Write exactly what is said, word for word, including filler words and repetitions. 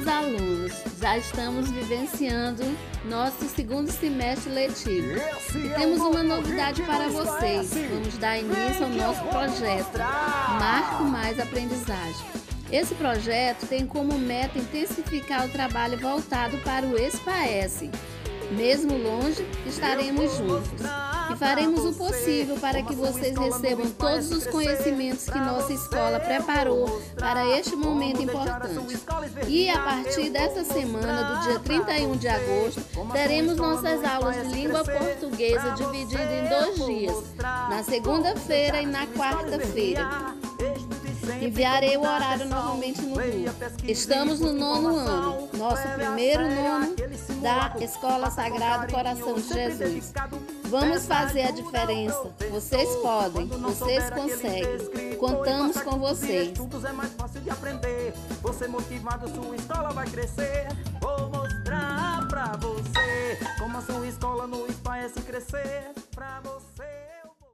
Queridos alunos, já estamos vivenciando nosso segundo semestre letivo e temos uma novidade para vocês. Vamos dar início ao nosso projeto Marco Mais Aprendizagem. Esse projeto tem como meta intensificar o trabalho voltado para o ESPAESSE. Mesmo longe, estaremos juntos e faremos o possível para que vocês recebam todos os conhecimentos que nossa escola preparou para este momento importante. E a partir desta semana, do dia trinta e um de agosto, teremos nossas aulas de língua portuguesa divididas em dois dias, na segunda-feira e na quarta-feira. Enviarei o horário novamente no grupo. Estamos no nono ano, nosso primeiro nono da Escola Sagrado Coração de Jesus. Vamos fazer a diferença. Vocês podem, vocês conseguem. Contamos com vocês. Juntos é mais fácil de aprender. Você motivado, sua escola vai crescer. Vou mostrar pra você como a sua escola no ESPAESSE crescer pra você.